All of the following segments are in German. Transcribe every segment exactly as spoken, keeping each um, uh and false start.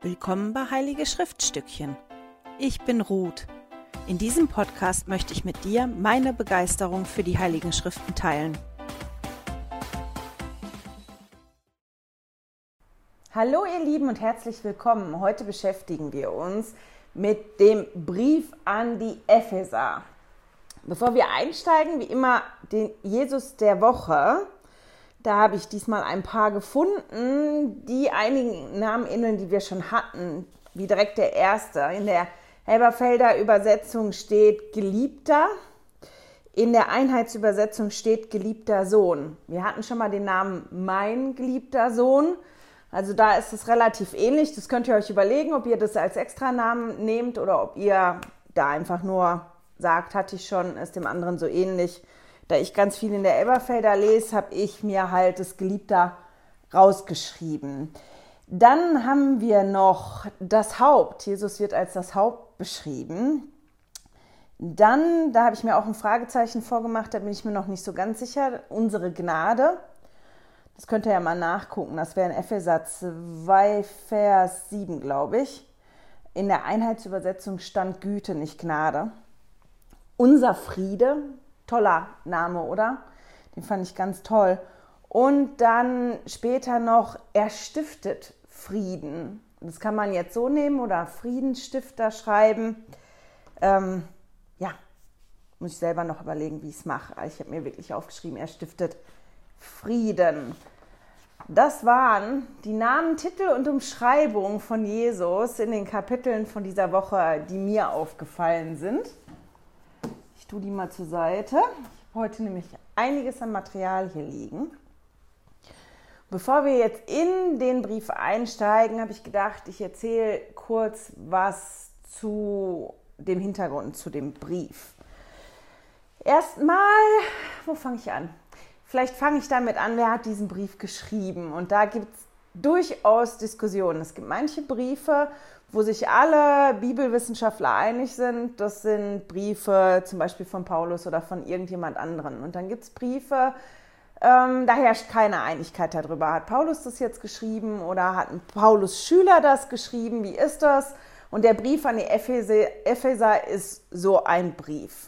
Willkommen bei Heilige Schriftstückchen. Ich bin Ruth. In diesem Podcast möchte ich mit dir meine Begeisterung für die Heiligen Schriften teilen. Hallo ihr Lieben und herzlich willkommen. Heute beschäftigen wir uns mit dem Brief an die Epheser. Bevor wir einsteigen, wie immer den Jesus der Woche. Da habe ich diesmal ein paar gefunden, die einigen Namen ähneln, die wir schon hatten, wie direkt der erste. In der Elberfelder Übersetzung steht Geliebter, in der Einheitsübersetzung steht Geliebter Sohn. Wir hatten schon mal den Namen Mein geliebter Sohn, also da ist es relativ ähnlich. Das könnt ihr euch überlegen, ob ihr das als Extranamen nehmt oder ob ihr da einfach nur sagt, hatte ich schon, ist dem anderen so ähnlich. Da ich ganz viel in der Elberfelder lese, habe ich mir halt das Geliebter rausgeschrieben. Dann haben wir noch das Haupt. Jesus wird als das Haupt beschrieben. Dann, da habe ich mir auch ein Fragezeichen vorgemacht, da bin ich mir noch nicht so ganz sicher, unsere Gnade. Das könnt ihr ja mal nachgucken. Das wäre in Epheser zwei, Vers sieben, glaube ich. In der Einheitsübersetzung stand Güte, nicht Gnade. Unser Friede. Toller Name, oder? Den fand ich ganz toll. Und dann später noch, er stiftet Frieden. Das kann man jetzt so nehmen oder Friedensstifter schreiben. Ähm, ja, muss ich selber noch überlegen, wie ich es mache. Ich habe mir wirklich aufgeschrieben, er stiftet Frieden. Das waren die Namen, Titel und Umschreibungen von Jesus in den Kapiteln von dieser Woche, die mir aufgefallen sind. Ich tue die mal zur Seite. Ich habe heute nämlich einiges an Material hier liegen. Bevor wir jetzt in den Brief einsteigen, habe ich gedacht, ich erzähle kurz was zu dem Hintergrund, zu dem Brief. Erstmal, wo fange ich an? Vielleicht fange ich damit an, wer hat diesen Brief geschrieben? Und da gibt es durchaus Diskussionen. Es gibt manche Briefe, wo sich alle Bibelwissenschaftler einig sind, das sind Briefe zum Beispiel von Paulus oder von irgendjemand anderen. Und dann gibt es Briefe, ähm, da herrscht keine Einigkeit darüber. Hat Paulus das jetzt geschrieben oder hat ein Paulus Schüler das geschrieben? Wie ist das? Und der Brief an die Epheser, Epheser ist so ein Brief.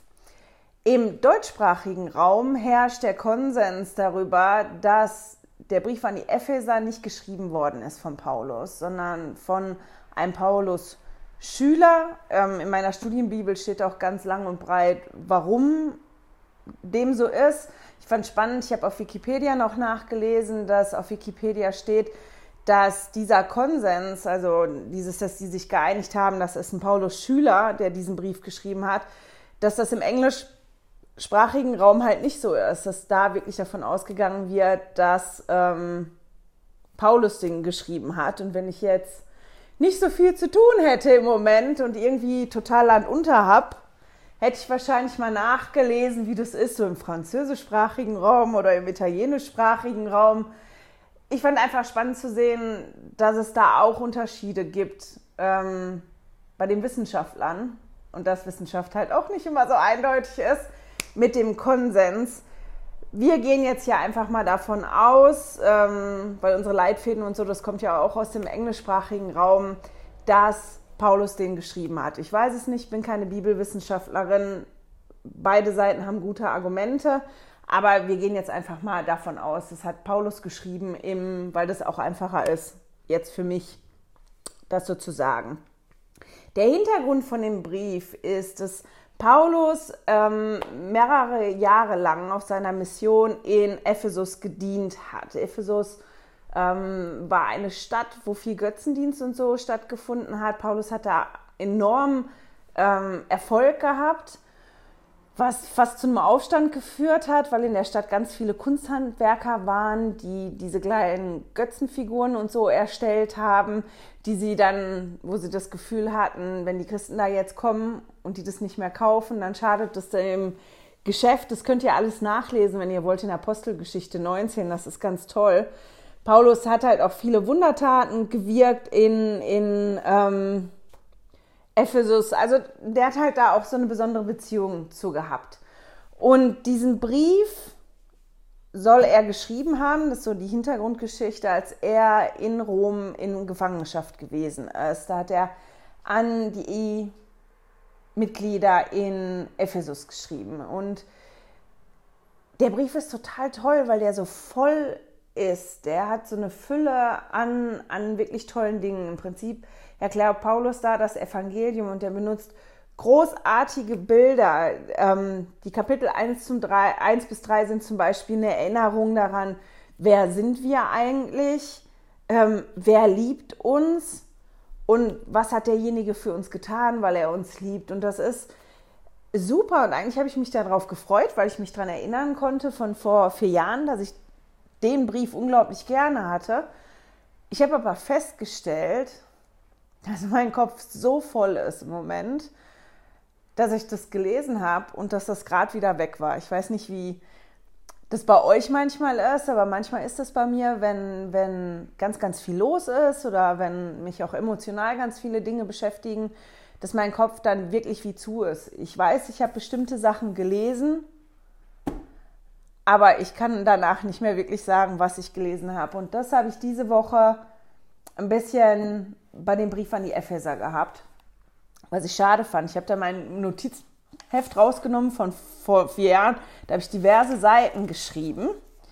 Im deutschsprachigen Raum herrscht der Konsens darüber, dass der Brief an die Epheser nicht geschrieben worden ist von Paulus, sondern von ein Paulus-Schüler. Ähm, in meiner Studienbibel steht auch ganz lang und breit, warum dem so ist. Ich fand es spannend, ich habe auf Wikipedia noch nachgelesen, dass auf Wikipedia steht, dass dieser Konsens, also dieses, dass die sich geeinigt haben, dass es ein Paulus-Schüler, der diesen Brief geschrieben hat, dass das im englischsprachigen Raum halt nicht so ist, dass da wirklich davon ausgegangen wird, dass ähm, Paulus den geschrieben hat. Und wenn ich jetzt nicht so viel zu tun hätte im Moment und irgendwie total Land unter habe, hätte ich wahrscheinlich mal nachgelesen, wie das ist, so im französischsprachigen Raum oder im italienischsprachigen Raum. Ich fand einfach spannend zu sehen, dass es da auch Unterschiede gibt ähm, bei den Wissenschaftlern und dass Wissenschaft halt auch nicht immer so eindeutig ist mit dem Konsens. Wir gehen jetzt hier einfach mal davon aus, ähm, weil unsere Leitfäden und so, das kommt ja auch aus dem englischsprachigen Raum, dass Paulus den geschrieben hat. Ich weiß es nicht, bin keine Bibelwissenschaftlerin. Beide Seiten haben gute Argumente, aber wir gehen jetzt einfach mal davon aus, das hat Paulus geschrieben, im, weil das auch einfacher ist, jetzt für mich das so zu sagen. Der Hintergrund von dem Brief ist, dass Paulus ähm, mehrere Jahre lang auf seiner Mission in Ephesus gedient hat. Ephesus ähm, war eine Stadt, wo viel Götzendienst und so stattgefunden hat. Paulus hat da enorm ähm, Erfolg gehabt, was fast zu einem Aufstand geführt hat, weil in der Stadt ganz viele Kunsthandwerker waren, die diese kleinen Götzenfiguren und so erstellt haben, die sie dann, wo sie das Gefühl hatten, wenn die Christen da jetzt kommen und die das nicht mehr kaufen, dann schadet das dem Geschäft. Das könnt ihr alles nachlesen, wenn ihr wollt, in Apostelgeschichte neunzehn, das ist ganz toll. Paulus hat halt auch viele Wundertaten gewirkt in, in ähm, Ephesus, also der hat halt da auch so eine besondere Beziehung zu gehabt. Und diesen Brief soll er geschrieben haben, das ist so die Hintergrundgeschichte, als er in Rom in Gefangenschaft gewesen ist. Da hat er an die Mitglieder in Ephesus geschrieben. Und der Brief ist total toll, weil der so voll ist. Der hat so eine Fülle an, an wirklich tollen Dingen. Im Prinzip erklärt Paulus da das Evangelium und der benutzt großartige Bilder. Ähm, die Kapitel eins bis drei sind zum Beispiel eine Erinnerung daran, wer sind wir eigentlich, ähm, wer liebt uns und was hat derjenige für uns getan, weil er uns liebt. Und das ist super und eigentlich habe ich mich darauf gefreut, weil ich mich daran erinnern konnte von vor vier Jahren, dass ich den Brief unglaublich gerne hatte. Ich habe aber festgestellt, dass mein Kopf so voll ist im Moment, dass ich das gelesen habe und dass das gerade wieder weg war. Ich weiß nicht, wie das bei euch manchmal ist, aber manchmal ist das bei mir, wenn, wenn ganz, ganz viel los ist oder wenn mich auch emotional ganz viele Dinge beschäftigen, dass mein Kopf dann wirklich wie zu ist. Ich weiß, ich habe bestimmte Sachen gelesen, aber ich kann danach nicht mehr wirklich sagen, was ich gelesen habe. Und das habe ich diese Woche ein bisschen bei dem Brief an die Epheser gehabt. Was ich schade fand. Ich habe da mein Notizheft rausgenommen von vor vier Jahren. Da habe ich diverse Seiten geschrieben.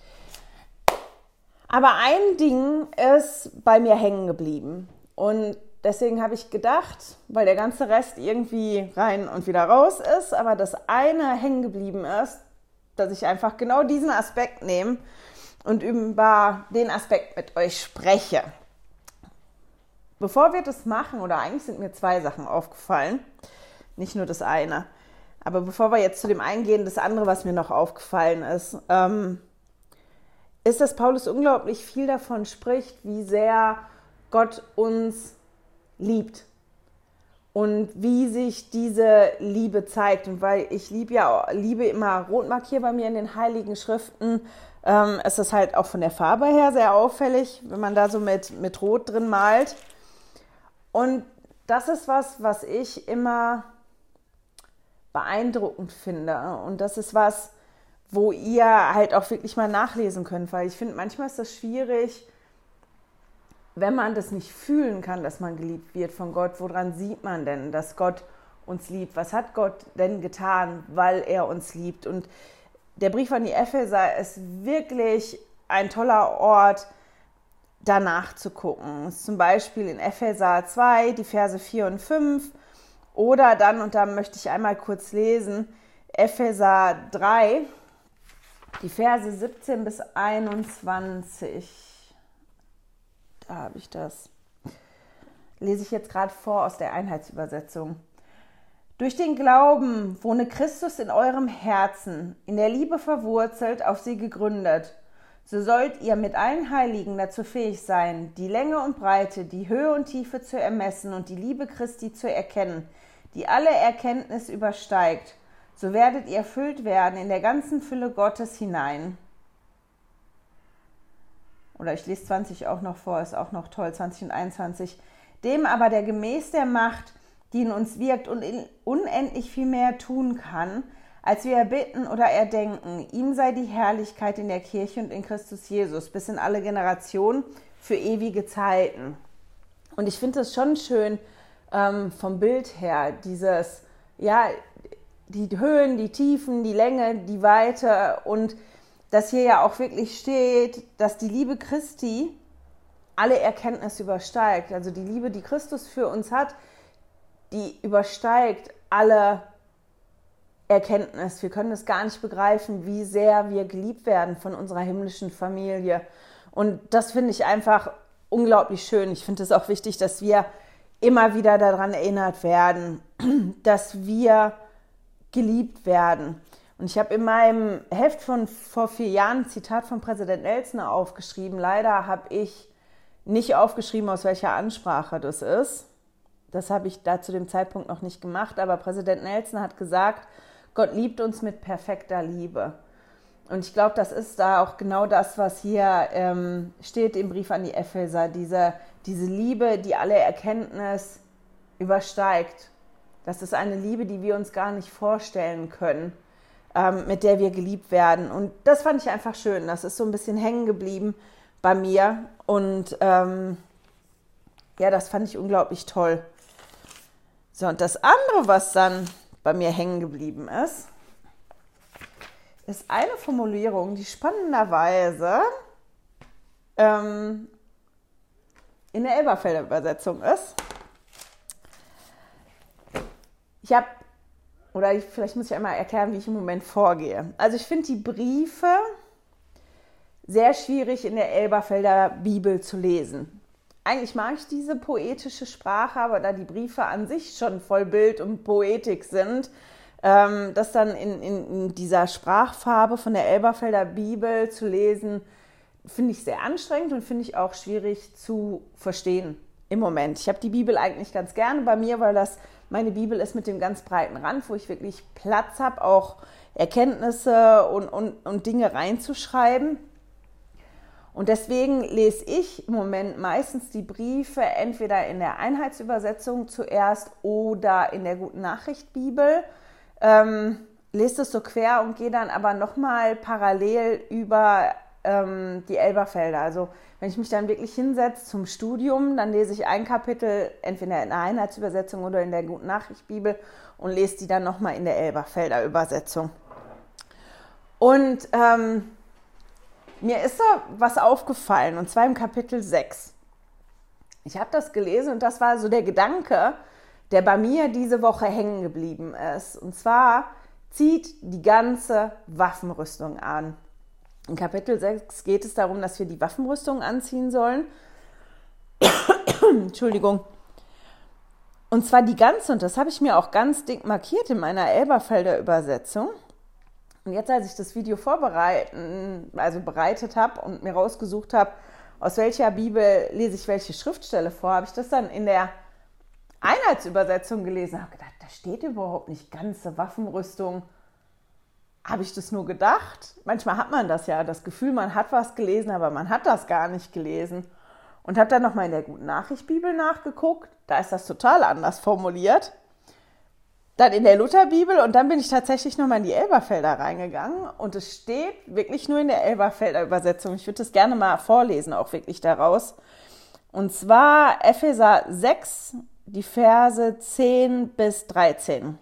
Aber ein Ding ist bei mir hängen geblieben. Und deswegen habe ich gedacht, weil der ganze Rest irgendwie rein und wieder raus ist, aber das eine hängen geblieben ist, dass ich einfach genau diesen Aspekt nehme und über den Aspekt mit euch spreche. Bevor wir das machen, oder eigentlich sind mir zwei Sachen aufgefallen, nicht nur das eine, aber bevor wir jetzt zu dem einen gehen, das andere, was mir noch aufgefallen ist, ähm, ist, dass Paulus unglaublich viel davon spricht, wie sehr Gott uns liebt und wie sich diese Liebe zeigt. Und weil ich liebe ja Liebe immer rot markiere bei mir in den Heiligen Schriften, ähm, ist das halt auch von der Farbe her sehr auffällig, wenn man da so mit, mit Rot drin malt. Und das ist was, was ich immer beeindruckend finde. Und das ist was, wo ihr halt auch wirklich mal nachlesen könnt. Weil ich finde, manchmal ist das schwierig, wenn man das nicht fühlen kann, dass man geliebt wird von Gott. Woran sieht man denn, dass Gott uns liebt? Was hat Gott denn getan, weil er uns liebt? Und der Brief an die Epheser ist wirklich ein toller Ort, danach zu gucken. Das ist zum Beispiel in Epheser zwei, die Verse vier und fünf oder dann, und da möchte ich einmal kurz lesen, Epheser drei, die Verse siebzehn bis einundzwanzig. Da habe ich das. Lese ich jetzt gerade vor aus der Einheitsübersetzung. Durch den Glauben wohne Christus in eurem Herzen, in der Liebe verwurzelt, auf sie gegründet. So sollt ihr mit allen Heiligen dazu fähig sein, die Länge und Breite, die Höhe und Tiefe zu ermessen und die Liebe Christi zu erkennen, die alle Erkenntnis übersteigt. So werdet ihr erfüllt werden in der ganzen Fülle Gottes hinein. Oder ich lese zwanzig auch noch vor, ist auch noch toll, zwanzig und einundzwanzig. Dem aber, der gemäß der Macht, die in uns wirkt und in unendlich viel mehr tun kann, als wir erbitten oder erdenken, ihm sei die Herrlichkeit in der Kirche und in Christus Jesus bis in alle Generationen für ewige Zeiten. Und ich finde das schon schön ähm, vom Bild her, dieses, ja, die Höhen, die Tiefen, die Länge, die Weite und dass hier ja auch wirklich steht, dass die Liebe Christi alle Erkenntnis übersteigt. Also die Liebe, die Christus für uns hat, die übersteigt alle Erkenntnis. Wir können es gar nicht begreifen, wie sehr wir geliebt werden von unserer himmlischen Familie. Und das finde ich einfach unglaublich schön. Ich finde es auch wichtig, dass wir immer wieder daran erinnert werden, dass wir geliebt werden. Und ich habe in meinem Heft von vor vier Jahren ein Zitat von Präsident Nelson aufgeschrieben. Leider habe ich nicht aufgeschrieben, aus welcher Ansprache das ist. Das habe ich da zu dem Zeitpunkt noch nicht gemacht. Aber Präsident Nelson hat gesagt, Gott liebt uns mit perfekter Liebe. Und ich glaube, das ist da auch genau das, was hier ähm, steht im Brief an die Epheser. Diese, diese Liebe, die alle Erkenntnis übersteigt. Das ist eine Liebe, die wir uns gar nicht vorstellen können. ähm, mit der wir geliebt werden. Und das fand ich einfach schön. Das ist so ein bisschen hängen geblieben bei mir. Und ähm, ja, das fand ich unglaublich toll. So, und das andere, was dann bei mir hängen geblieben ist, ist eine Formulierung, die spannenderweise ähm, in der Elberfelder Übersetzung ist. Ich habe, oder ich, vielleicht muss ich einmal erklären, wie ich im Moment vorgehe. Also ich finde die Briefe sehr schwierig in der Elberfelder Bibel zu lesen. Eigentlich mag ich diese poetische Sprache, aber da die Briefe an sich schon voll Bild und Poetik sind, ähm, das dann in, in, in dieser Sprachfarbe von der Elberfelder Bibel zu lesen, finde ich sehr anstrengend und finde ich auch schwierig zu verstehen im Moment. Ich habe die Bibel eigentlich ganz gerne bei mir, weil das meine Bibel ist mit dem ganz breiten Rand, wo ich wirklich Platz habe, auch Erkenntnisse und, und, und Dinge reinzuschreiben. Und deswegen lese ich im Moment meistens die Briefe entweder in der Einheitsübersetzung zuerst oder in der Guten Nachricht Bibel. Ähm, lese das so quer und gehe dann aber nochmal parallel über ähm, die Elberfelder. Also wenn ich mich dann wirklich hinsetze zum Studium, dann lese ich ein Kapitel entweder in der Einheitsübersetzung oder in der Guten Nachricht Bibel und lese die dann nochmal in der Elberfelder Übersetzung. Und ähm, mir ist da was aufgefallen, und zwar im Kapitel sechs. Ich habe das gelesen und das war so der Gedanke, der bei mir diese Woche hängen geblieben ist. Und zwar zieht die ganze Waffenrüstung an. In Kapitel sechs geht es darum, dass wir die Waffenrüstung anziehen sollen. Entschuldigung. Und zwar die ganze, und das habe ich mir auch ganz dick markiert in meiner Elberfelder Übersetzung. Und jetzt, als ich das Video vorbereiten, also bereitet habe und mir rausgesucht habe, aus welcher Bibel lese ich welche Schriftstelle vor, habe ich das dann in der Einheitsübersetzung gelesen. Habe gedacht, da steht überhaupt nicht ganze Waffenrüstung. Habe ich das nur gedacht? Manchmal hat man das ja, das Gefühl, man hat was gelesen, aber man hat das gar nicht gelesen. Und habe dann nochmal in der Guten Nachricht Bibel nachgeguckt. Da ist das total anders formuliert. Dann in der Lutherbibel und dann bin ich tatsächlich nochmal in die Elberfelder reingegangen und es steht wirklich nur in der Elberfelder Übersetzung. Ich würde das gerne mal vorlesen, auch wirklich daraus. Und zwar Epheser sechs, die Verse zehn bis dreizehn.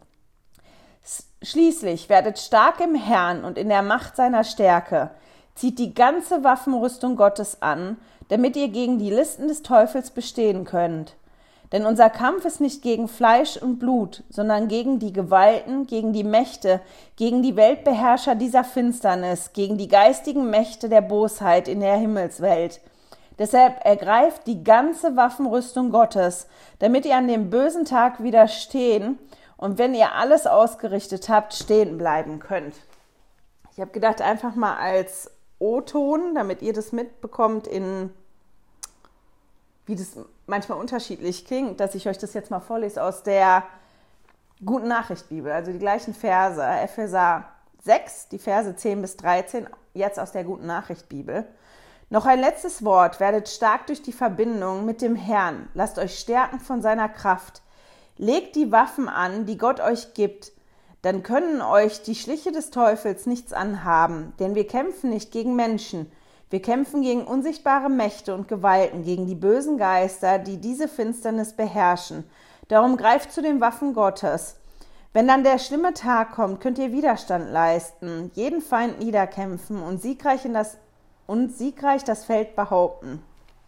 Schließlich werdet stark im Herrn und in der Macht seiner Stärke. Zieht die ganze Waffenrüstung Gottes an, damit ihr gegen die Listen des Teufels bestehen könnt. Denn unser Kampf ist nicht gegen Fleisch und Blut, sondern gegen die Gewalten, gegen die Mächte, gegen die Weltbeherrscher dieser Finsternis, gegen die geistigen Mächte der Bosheit in der Himmelswelt. Deshalb ergreift die ganze Waffenrüstung Gottes, damit ihr an dem bösen Tag widerstehen und wenn ihr alles ausgerichtet habt, stehen bleiben könnt. Ich habe gedacht, einfach mal als O-Ton, damit ihr das mitbekommt, in wie das manchmal unterschiedlich klingt, dass ich euch das jetzt mal vorlese aus der Guten Nachricht Bibel, also die gleichen Verse, Epheser sechs, die Verse zehn bis dreizehn, jetzt aus der Guten Nachricht Bibel. Noch ein letztes Wort, werdet stark durch die Verbindung mit dem Herrn, lasst euch stärken von seiner Kraft, legt die Waffen an, die Gott euch gibt, dann können euch die Schliche des Teufels nichts anhaben, denn wir kämpfen nicht gegen Menschen, wir kämpfen gegen unsichtbare Mächte und Gewalten, gegen die bösen Geister, die diese Finsternis beherrschen. Darum greift zu den Waffen Gottes. Wenn dann der schlimme Tag kommt, könnt ihr Widerstand leisten, jeden Feind niederkämpfen und siegreich, in das, und siegreich das Feld behaupten.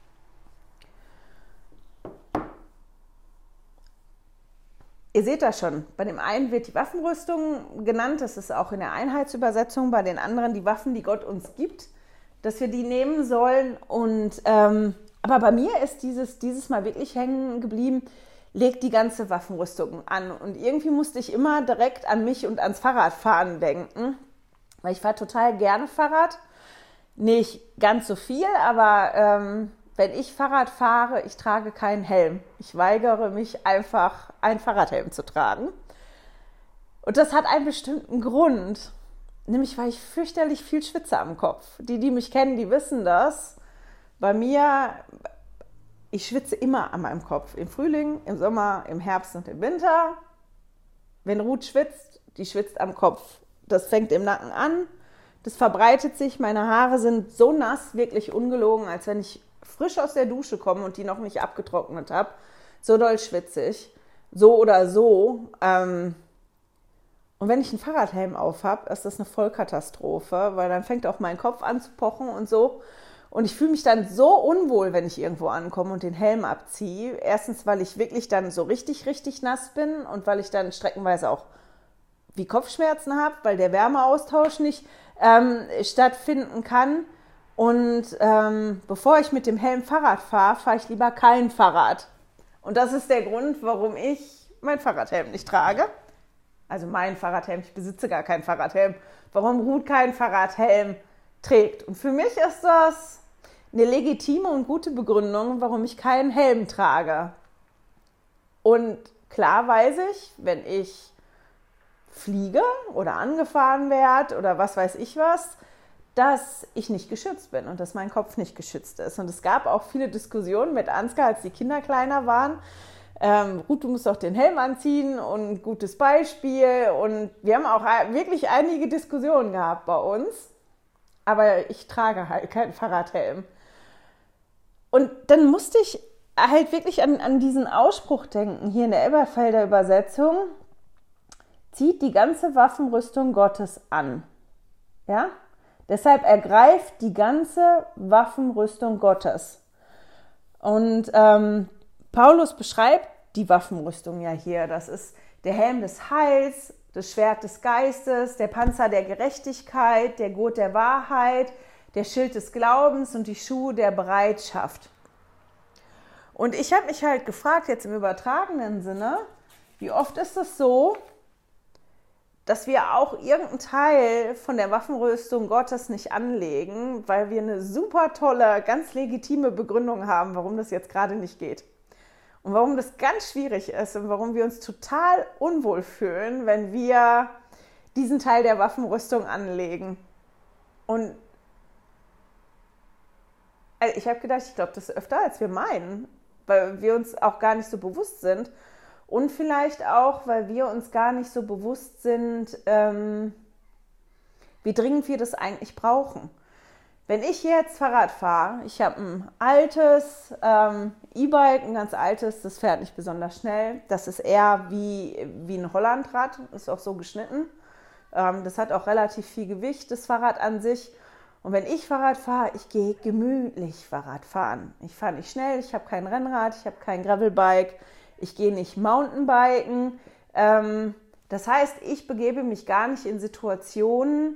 Ihr seht das schon, bei dem einen wird die Waffenrüstung genannt, das ist auch in der Einheitsübersetzung, bei den anderen die Waffen, die Gott uns gibt, dass wir die nehmen sollen. Und ähm, aber bei mir ist dieses, dieses Mal wirklich hängen geblieben, legt die ganze Waffenrüstung an. Und irgendwie musste ich immer direkt an mich und ans Fahrradfahren denken, weil ich fahre total gerne Fahrrad. Nicht ganz so viel, aber ähm, wenn ich Fahrrad fahre, ich trage keinen Helm. Ich weigere mich einfach, einen Fahrradhelm zu tragen. Und das hat einen bestimmten Grund. Nämlich, weil ich fürchterlich viel schwitze am Kopf. Die, die mich kennen, die wissen das. Bei mir, ich schwitze immer an meinem Kopf. Im Frühling, im Sommer, im Herbst und im Winter. Wenn Ruth schwitzt, die schwitzt am Kopf. Das fängt im Nacken an, das verbreitet sich, meine Haare sind so nass, wirklich ungelogen, als wenn ich frisch aus der Dusche komme und die noch nicht abgetrocknet habe. So doll schwitzig, so oder so. Ähm, und wenn ich einen Fahrradhelm auf habe, ist das eine Vollkatastrophe, weil dann fängt auch mein Kopf an zu pochen und so. Und ich fühle mich dann so unwohl, wenn ich irgendwo ankomme und den Helm abziehe. Erstens, weil ich wirklich dann so richtig, richtig nass bin und weil ich dann streckenweise auch wie Kopfschmerzen habe, weil der Wärmeaustausch nicht ähm, stattfinden kann. Und ähm, bevor ich mit dem Helm Fahrrad fahre, fahre ich lieber kein Fahrrad. Und das ist der Grund, warum ich mein Fahrradhelm nicht trage. Also mein Fahrradhelm, ich besitze gar keinen Fahrradhelm. Warum Ruth keinen Fahrradhelm trägt. Und für mich ist das eine legitime und gute Begründung, warum ich keinen Helm trage. Und klar weiß ich, wenn ich fliege oder angefahren werde oder was weiß ich was, dass ich nicht geschützt bin und dass mein Kopf nicht geschützt ist. Und es gab auch viele Diskussionen mit Ansgar, als die Kinder kleiner waren. Ähm, Ruth, du musst doch den Helm anziehen und gutes Beispiel. Und wir haben auch wirklich einige Diskussionen gehabt bei uns. Aber ich trage halt keinen Fahrradhelm. Und dann musste ich halt wirklich an, an diesen Ausspruch denken, hier in der Elberfelder Übersetzung, zieht die ganze Waffenrüstung Gottes an. Ja? Deshalb ergreift die ganze Waffenrüstung Gottes. Und ähm, Paulus beschreibt die Waffenrüstung ja hier. Das ist der Helm des Heils, das Schwert des Geistes, der Panzer der Gerechtigkeit, der Gurt der Wahrheit, der Schild des Glaubens und die Schuhe der Bereitschaft. Und ich habe mich halt gefragt, jetzt im übertragenen Sinne, wie oft ist es so, dass wir auch irgendeinen Teil von der Waffenrüstung Gottes nicht anlegen, weil wir eine super tolle, ganz legitime Begründung haben, warum das jetzt gerade nicht geht. Und warum das ganz schwierig ist und warum wir uns total unwohl fühlen, wenn wir diesen Teil der Waffenrüstung anlegen. Und also ich habe gedacht, ich glaube, das ist öfter, als wir meinen, weil wir uns auch gar nicht so bewusst sind. Und vielleicht auch, weil wir uns gar nicht so bewusst sind, ähm, wie dringend wir das eigentlich brauchen. Wenn ich jetzt Fahrrad fahre, ich habe ein altes ähm, E-Bike, ein ganz altes, das fährt nicht besonders schnell. Das ist eher wie, wie ein Hollandrad, ist auch so geschnitten. Ähm, das hat auch relativ viel Gewicht, das Fahrrad an sich. Und wenn ich Fahrrad fahre, ich gehe gemütlich Fahrrad fahren. Ich fahre nicht schnell, ich habe kein Rennrad, ich habe kein Gravelbike. Ich gehe nicht Mountainbiken. Ähm, das heißt, ich begebe mich gar nicht in Situationen,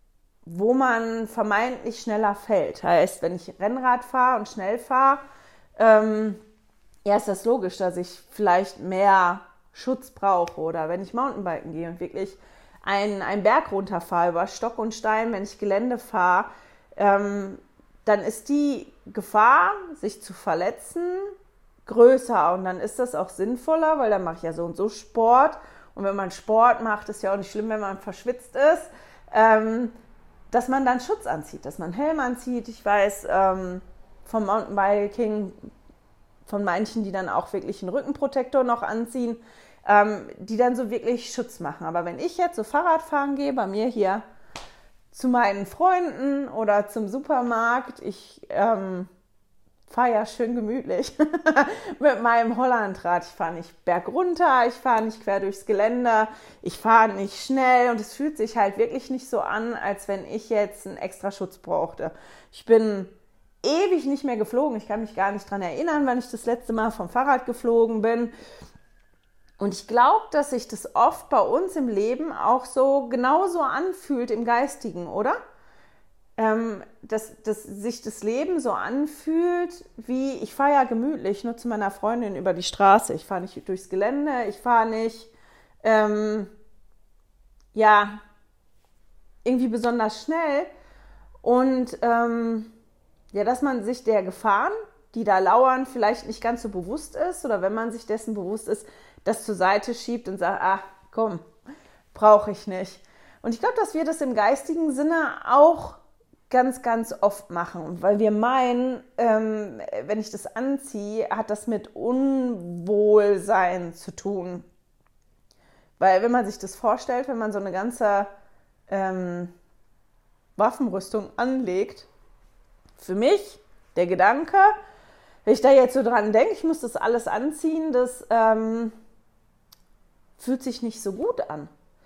wo man vermeintlich schneller fällt. Heißt, wenn ich Rennrad fahre und schnell fahre, ähm, ja, ist das logisch, dass ich vielleicht mehr Schutz brauche. Oder wenn ich Mountainbiken gehe und wirklich einen, einen Berg runterfahre über Stock und Stein, wenn ich Gelände fahre, ähm, dann ist die Gefahr, sich zu verletzen, größer und dann ist das auch sinnvoller, weil dann mache ich ja so und so Sport und wenn man Sport macht, ist ja auch nicht schlimm, wenn man verschwitzt ist, ähm, dass man dann Schutz anzieht, dass man einen Helm anzieht. Ich weiß ähm, vom Mountainbiking von manchen, die dann auch wirklich einen Rückenprotektor noch anziehen, ähm, die dann so wirklich Schutz machen. Aber wenn ich jetzt so Fahrrad fahren gehe, bei mir hier zu meinen Freunden oder zum Supermarkt, ich ähm, fahre ja schön gemütlich mit meinem Hollandrad. Ich fahre nicht bergunter, ich fahre nicht quer durchs Gelände, ich fahre nicht schnell und es fühlt sich halt wirklich nicht so an, als wenn ich jetzt einen extra Schutz brauchte. Ich bin ewig nicht mehr geflogen, ich kann mich gar nicht dran erinnern, wann ich das letzte Mal vom Fahrrad geflogen bin. Und ich glaube, dass sich das oft bei uns im Leben auch so genauso anfühlt im Geistigen, oder? Ähm, dass, dass sich das Leben so anfühlt, wie ich fahre ja gemütlich nur zu meiner Freundin über die Straße. Ich fahre nicht durchs Gelände, ich fahre nicht, ähm, ja, irgendwie besonders schnell. Und ähm, ja, dass man sich der Gefahren, die da lauern, vielleicht nicht ganz so bewusst ist oder wenn man sich dessen bewusst ist, das zur Seite schiebt und sagt, ach komm, brauche ich nicht. Und ich glaube, dass wir das im geistigen Sinne auch ganz, ganz oft machen, weil wir meinen, ähm, wenn ich das anziehe, hat das mit Unwohlsein zu tun. Weil wenn man sich das vorstellt, wenn man so eine ganze ähm, Waffenrüstung anlegt, für mich der Gedanke, wenn ich da jetzt so dran denke, ich muss das alles anziehen, das ähm, fühlt sich nicht so gut an.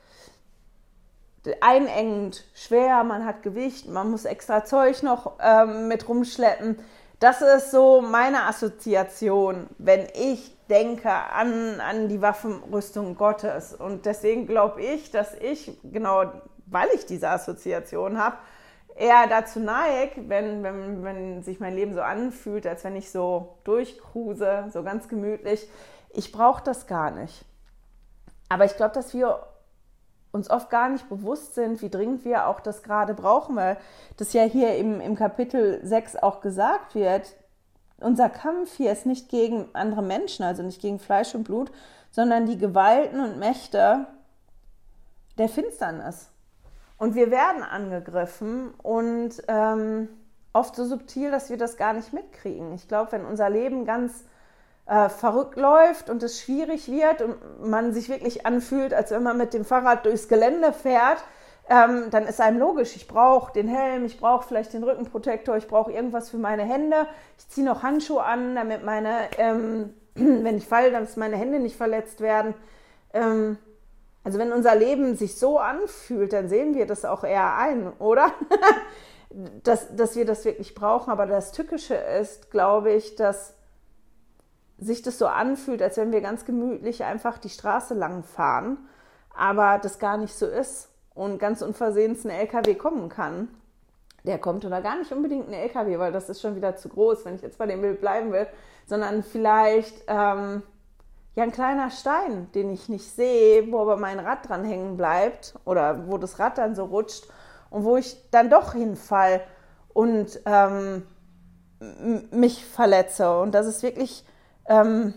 Einengend, schwer, man hat Gewicht, man muss extra Zeug noch ähm, mit rumschleppen. Das ist so meine Assoziation, wenn ich denke an, an die Waffenrüstung Gottes. Und deswegen glaube ich, dass ich, genau weil ich diese Assoziation habe, eher dazu neige, wenn, wenn, wenn sich mein Leben so anfühlt, als wenn ich so durchcruise, so ganz gemütlich. Ich brauche das gar nicht. Aber ich glaube, dass wir uns oft gar nicht bewusst sind, wie dringend wir auch das gerade brauchen, weil das ja hier im, im Kapitel sechs auch gesagt wird, unser Kampf hier ist nicht gegen andere Menschen, also nicht gegen Fleisch und Blut, sondern die Gewalten und Mächte der Finsternis. Und wir werden angegriffen und ähm, oft so subtil, dass wir das gar nicht mitkriegen. Ich glaube, wenn unser Leben ganz Äh, verrückt läuft und es schwierig wird und man sich wirklich anfühlt, als wenn man mit dem Fahrrad durchs Gelände fährt, ähm, dann ist einem logisch, ich brauche den Helm, ich brauche vielleicht den Rückenprotektor, ich brauche irgendwas für meine Hände, ich ziehe noch Handschuhe an, damit meine, ähm, wenn ich falle, dass meine Hände nicht verletzt werden. Ähm, also wenn unser Leben sich so anfühlt, dann sehen wir das auch eher ein, oder? dass, dass wir das wirklich brauchen, aber das Tückische ist, glaube ich, dass sich das so anfühlt, als wenn wir ganz gemütlich einfach die Straße lang fahren, aber das gar nicht so ist und ganz unversehens ein L K W kommen kann. Der kommt oder gar nicht unbedingt ein L K W, weil das ist schon wieder zu groß, wenn ich jetzt bei dem Bild bleiben will, sondern vielleicht ähm, ja ein kleiner Stein, den ich nicht sehe, wo aber mein Rad dran hängen bleibt oder wo das Rad dann so rutscht und wo ich dann doch hinfall und ähm, m- mich verletze. Und das ist wirklich Ähm,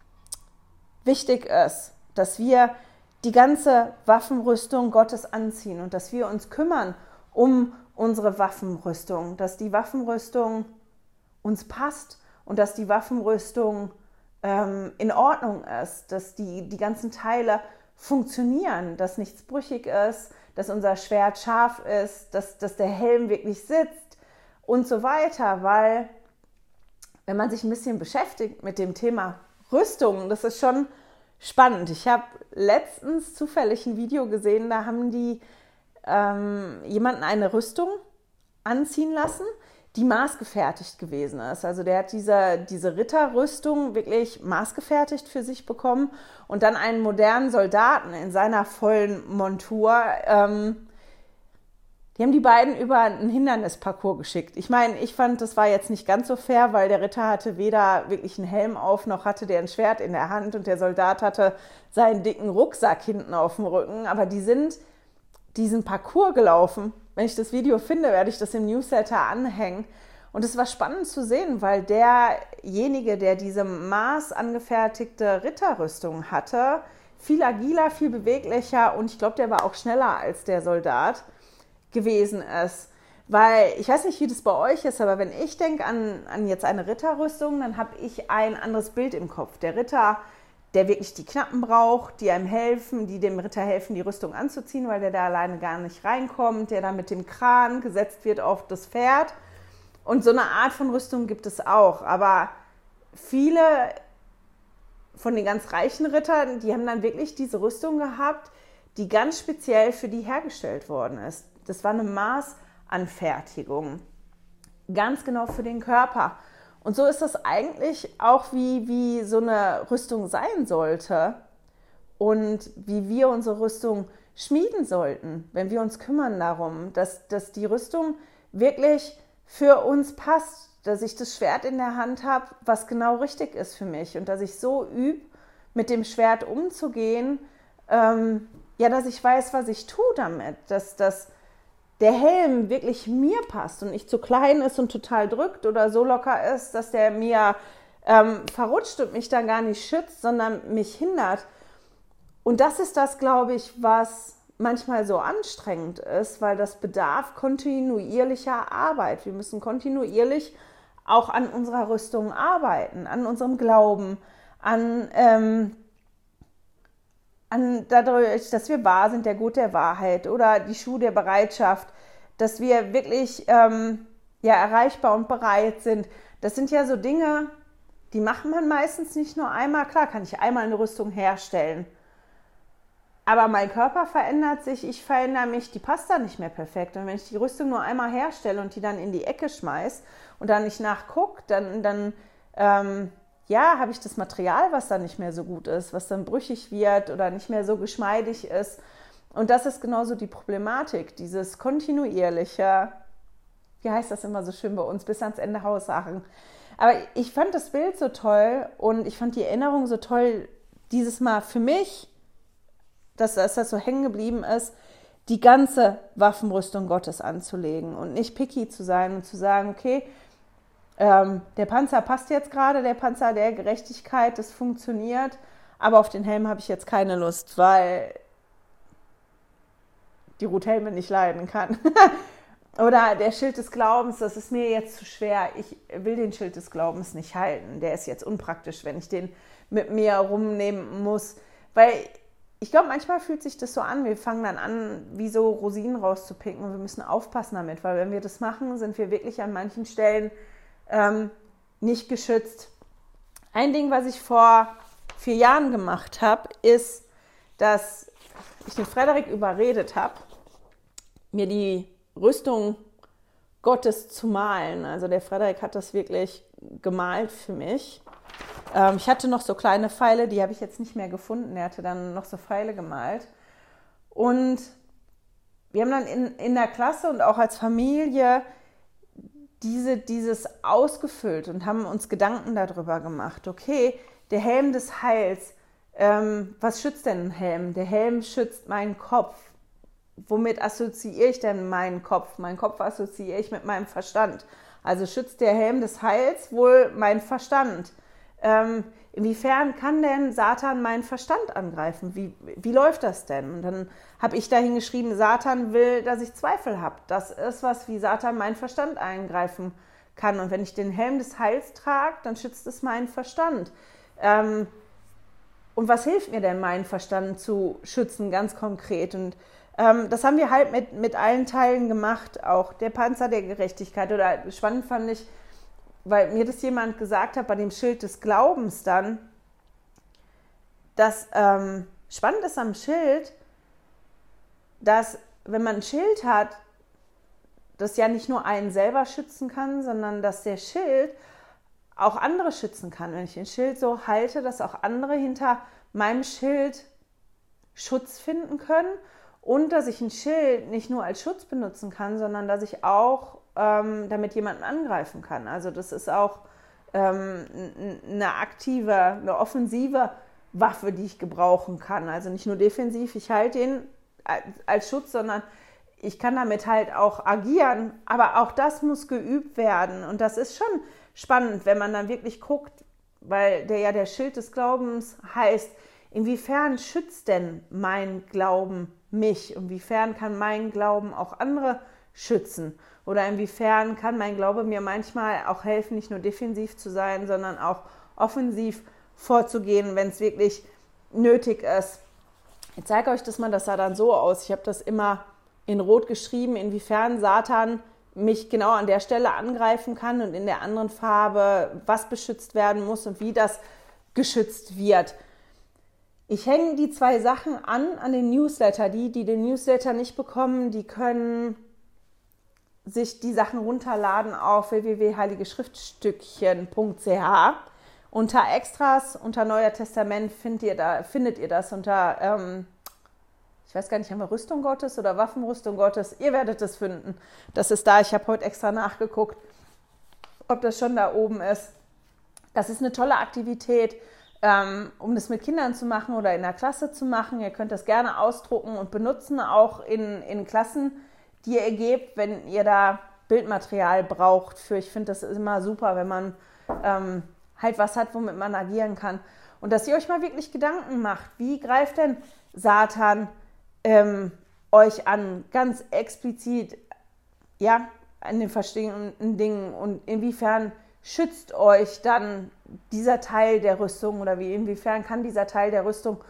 wichtig ist, dass wir die ganze Waffenrüstung Gottes anziehen und dass wir uns kümmern um unsere Waffenrüstung, dass die Waffenrüstung uns passt und dass die Waffenrüstung ähm, in Ordnung ist, dass die, die ganzen Teile funktionieren, dass nichts brüchig ist, dass unser Schwert scharf ist, dass, dass der Helm wirklich sitzt und so weiter, weil wenn man sich ein bisschen beschäftigt mit dem Thema Rüstung, das ist schon spannend. Ich habe letztens zufällig ein Video gesehen, da haben die ähm, jemanden eine Rüstung anziehen lassen, die maßgefertigt gewesen ist. Also der hat diese, diese Ritterrüstung wirklich maßgefertigt für sich bekommen und dann einen modernen Soldaten in seiner vollen Montur. Ähm, Die haben die beiden über einen Hindernisparcours geschickt. Ich meine, ich fand, das war jetzt nicht ganz so fair, weil der Ritter hatte weder wirklich einen Helm auf, noch hatte der ein Schwert in der Hand und der Soldat hatte seinen dicken Rucksack hinten auf dem Rücken. Aber die sind diesen Parcours gelaufen. Wenn ich das Video finde, werde ich das im Newsletter anhängen. Und es war spannend zu sehen, weil derjenige, der diese maßangefertigte Ritterrüstung hatte, viel agiler, viel beweglicher und ich glaube, der war auch schneller als der Soldat gewesen ist. Weil, ich weiß nicht, wie das bei euch ist, aber wenn ich denke an, an jetzt eine Ritterrüstung, dann habe ich ein anderes Bild im Kopf. Der Ritter, der wirklich die Knappen braucht, die einem helfen, die dem Ritter helfen, die Rüstung anzuziehen, weil der da alleine gar nicht reinkommt, der dann mit dem Kran gesetzt wird auf das Pferd. Und so eine Art von Rüstung gibt es auch. Aber viele von den ganz reichen Rittern, die haben dann wirklich diese Rüstung gehabt, die ganz speziell für die hergestellt worden ist. Das war eine Maßanfertigung, ganz genau für den Körper. Und so ist das eigentlich auch, wie, wie so eine Rüstung sein sollte und wie wir unsere Rüstung schmieden sollten, wenn wir uns kümmern darum, dass, dass die Rüstung wirklich für uns passt, dass ich das Schwert in der Hand habe, was genau richtig ist für mich und dass ich so übe, mit dem Schwert umzugehen, ähm, ja, dass ich weiß, was ich tue damit, dass, dass der Helm wirklich mir passt und nicht zu klein ist und total drückt oder so locker ist, dass der mir ähm, verrutscht und mich dann gar nicht schützt, sondern mich hindert. Und das ist das, glaube ich, was manchmal so anstrengend ist, weil das bedarf kontinuierlicher Arbeit. Wir müssen kontinuierlich auch an unserer Rüstung arbeiten, an unserem Glauben, an ähm, an dadurch, dass wir wahr sind, der Gurt der Wahrheit oder die Schuhe der Bereitschaft, dass wir wirklich ähm, ja, erreichbar und bereit sind. Das sind ja so Dinge, die macht man meistens nicht nur einmal. Klar, kann ich einmal eine Rüstung herstellen. Aber mein Körper verändert sich, ich verändere mich, die passt dann nicht mehr perfekt. Und wenn ich die Rüstung nur einmal herstelle und die dann in die Ecke schmeiße und dann nicht nachgucke, dann, dann ähm, ja, habe ich das Material, was dann nicht mehr so gut ist, was dann brüchig wird oder nicht mehr so geschmeidig ist. Und das ist genauso die Problematik, dieses kontinuierliche, wie heißt das immer so schön bei uns, bis ans Ende Haussachen. Aber ich fand das Bild so toll und ich fand die Erinnerung so toll, dieses Mal für mich, dass, dass das so hängen geblieben ist, die ganze Waffenrüstung Gottes anzulegen und nicht picky zu sein und zu sagen, okay, ähm, der Panzer passt jetzt gerade, der Panzer der Gerechtigkeit, das funktioniert, aber auf den Helm habe ich jetzt keine Lust, weil die Ruth Helme nicht leiden kann. Oder der Schild des Glaubens, das ist mir jetzt zu schwer, ich will den Schild des Glaubens nicht halten, der ist jetzt unpraktisch, wenn ich den mit mir rumnehmen muss, weil ich glaube, manchmal fühlt sich das so an, wir fangen dann an, wie so Rosinen rauszupicken und wir müssen aufpassen damit, weil wenn wir das machen, sind wir wirklich an manchen Stellen ähm, nicht geschützt. Ein Ding, was ich vor vier Jahren gemacht habe, ist, dass ich den Frederik überredet habe, mir die Rüstung Gottes zu malen. Also der Frederik hat das wirklich gemalt für mich. Ähm, ich hatte noch so kleine Pfeile, die habe ich jetzt nicht mehr gefunden. Er hatte dann noch so Pfeile gemalt. Und wir haben dann in, in der Klasse und auch als Familie diese, dieses ausgefüllt und haben uns Gedanken darüber gemacht. Okay, der Helm des Heils, ähm, was schützt denn ein Helm? Der Helm schützt meinen Kopf. Womit assoziiere ich denn meinen Kopf? Meinen Kopf assoziiere ich mit meinem Verstand. Also schützt der Helm des Heils wohl meinen Verstand. Ähm, inwiefern kann denn Satan meinen Verstand angreifen? Wie, wie läuft das denn? Und dann habe ich dahin geschrieben, Satan will, dass ich Zweifel habe. Das ist was, wie Satan meinen Verstand eingreifen kann. Und wenn ich den Helm des Heils trage, dann schützt es meinen Verstand. Ähm, und was hilft mir denn, meinen Verstand zu schützen, ganz konkret? Und ähm, das haben wir halt mit, mit allen Teilen gemacht, auch der Panzer der Gerechtigkeit. Oder spannend fand ich, weil mir das jemand gesagt hat, bei dem Schild des Glaubens dann, dass ähm, spannend ist am Schild, dass wenn man ein Schild hat, das ja nicht nur einen selber schützen kann, sondern dass der Schild auch andere schützen kann. Wenn ich den Schild so halte, dass auch andere hinter meinem Schild Schutz finden können und dass ich ein Schild nicht nur als Schutz benutzen kann, sondern dass ich auch ähm, damit jemanden angreifen kann. Also das ist auch ähm, eine aktive, eine offensive Waffe, die ich gebrauchen kann. Also nicht nur defensiv, ich halte ihn als Schutz, sondern ich kann damit halt auch agieren. Aber auch das muss geübt werden. Und das ist schon spannend, wenn man dann wirklich guckt, weil der ja der Schild des Glaubens heißt, inwiefern schützt denn mein Glauben mich? Inwiefern kann mein Glauben auch andere schützen? Oder inwiefern kann mein Glaube mir manchmal auch helfen, nicht nur defensiv zu sein, sondern auch offensiv vorzugehen, wenn es wirklich nötig ist. Ich zeige euch das mal, das sah dann so aus. Ich habe das immer in Rot geschrieben, inwiefern Satan mich genau an der Stelle angreifen kann und in der anderen Farbe, was beschützt werden muss und wie das geschützt wird. Ich hänge die zwei Sachen an, an den Newsletter. Die, die den Newsletter nicht bekommen, die können sich die Sachen runterladen auf w w w punkt heilige schriftstückchen punkt c h. Unter Extras, unter Neuer Testament findet ihr, da, findet ihr das unter, ähm, ich weiß gar nicht, haben wir Rüstung Gottes oder Waffenrüstung Gottes? Ihr werdet es finden. Das ist da. Ich habe heute extra nachgeguckt, ob das schon da oben ist. Das ist eine tolle Aktivität, ähm, um das mit Kindern zu machen oder in der Klasse zu machen. Ihr könnt das gerne ausdrucken und benutzen, auch in, in Klassen, die ihr gebt, wenn ihr da Bildmaterial braucht. Für, ich finde, das ist immer super, wenn man ähm, halt was hat, womit man agieren kann. Und dass ihr euch mal wirklich Gedanken macht, wie greift denn Satan ähm, euch an, ganz explizit, ja, an den verschiedenen Dingen und inwiefern schützt euch dann dieser Teil der Rüstung oder wie inwiefern kann dieser Teil der Rüstung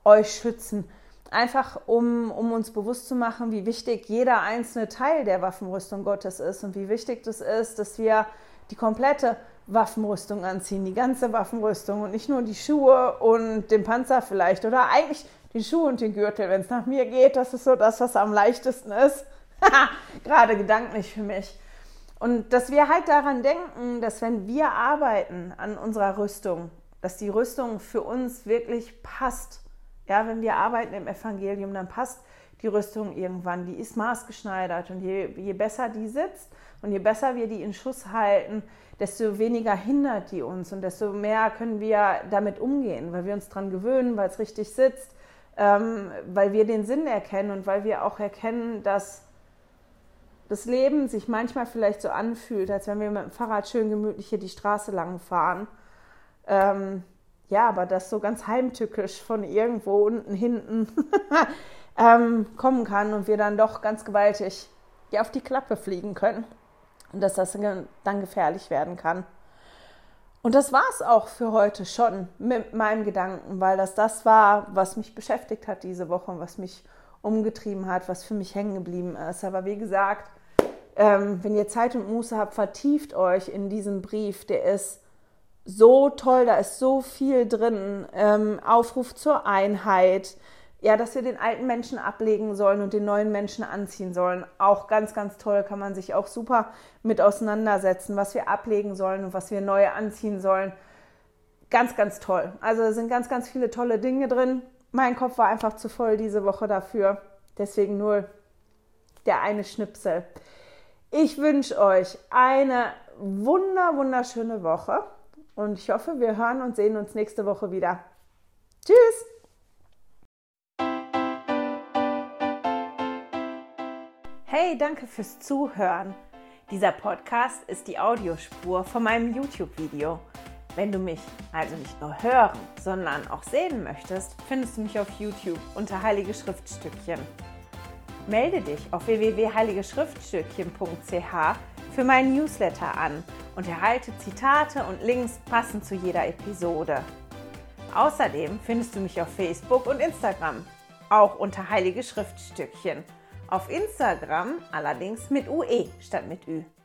euch schützen. Einfach um, um uns bewusst zu machen, wie wichtig jeder einzelne Teil der Waffenrüstung Gottes ist und wie wichtig das ist, dass wir die komplette Waffenrüstung anziehen, die ganze Waffenrüstung und nicht nur die Schuhe und den Panzer vielleicht oder eigentlich die Schuhe und den Gürtel, wenn es nach mir geht. Das ist so das, was am leichtesten ist. Gerade gedanklich für mich. Und dass wir halt daran denken, dass wenn wir arbeiten an unserer Rüstung, dass die Rüstung für uns wirklich passt. Ja, wenn wir arbeiten im Evangelium, dann passt die Rüstung irgendwann. Die ist maßgeschneidert und je, je besser die sitzt und je besser wir die in Schuss halten, desto weniger hindert die uns und desto mehr können wir damit umgehen, weil wir uns dran gewöhnen, weil es richtig sitzt, ähm, weil wir den Sinn erkennen und weil wir auch erkennen, dass das Leben sich manchmal vielleicht so anfühlt, als wenn wir mit dem Fahrrad schön gemütlich hier die Straße lang fahren. Ähm, ja, aber das so ganz heimtückisch von irgendwo unten hinten ähm, kommen kann und wir dann doch ganz gewaltig ja, auf die Klappe fliegen können und dass das dann gefährlich werden kann. Und das war es auch für heute schon mit meinem Gedanken, weil das das war, was mich beschäftigt hat diese Woche und was mich umgetrieben hat, was für mich hängen geblieben ist. Aber wie gesagt, ähm, wenn ihr Zeit und Muße habt, vertieft euch in diesen Brief, der ist so toll, da ist so viel drin, ähm, Aufruf zur Einheit, ja, dass wir den alten Menschen ablegen sollen und den neuen Menschen anziehen sollen. Auch ganz, ganz toll, kann man sich auch super mit auseinandersetzen, was wir ablegen sollen und was wir neu anziehen sollen. Ganz, ganz toll. Also da sind ganz, ganz viele tolle Dinge drin. Mein Kopf war einfach zu voll diese Woche dafür. Deswegen nur der eine Schnipsel. Ich wünsche euch eine wunder, wunderschöne Woche. Und ich hoffe, wir hören und sehen uns nächste Woche wieder. Tschüss! Hey, danke fürs Zuhören. Dieser Podcast ist die Audiospur von meinem YouTube-Video. Wenn du mich also nicht nur hören, sondern auch sehen möchtest, findest du mich auf YouTube unter Heilige Schriftstückchen. Melde dich auf w w w punkt heilige schriftstückchen punkt c h für meinen Newsletter an und erhalte Zitate und Links passend zu jeder Episode. Außerdem findest du mich auf Facebook und Instagram, auch unter Heilige Schriftstückchen. Auf Instagram allerdings mit U E statt mit Ü.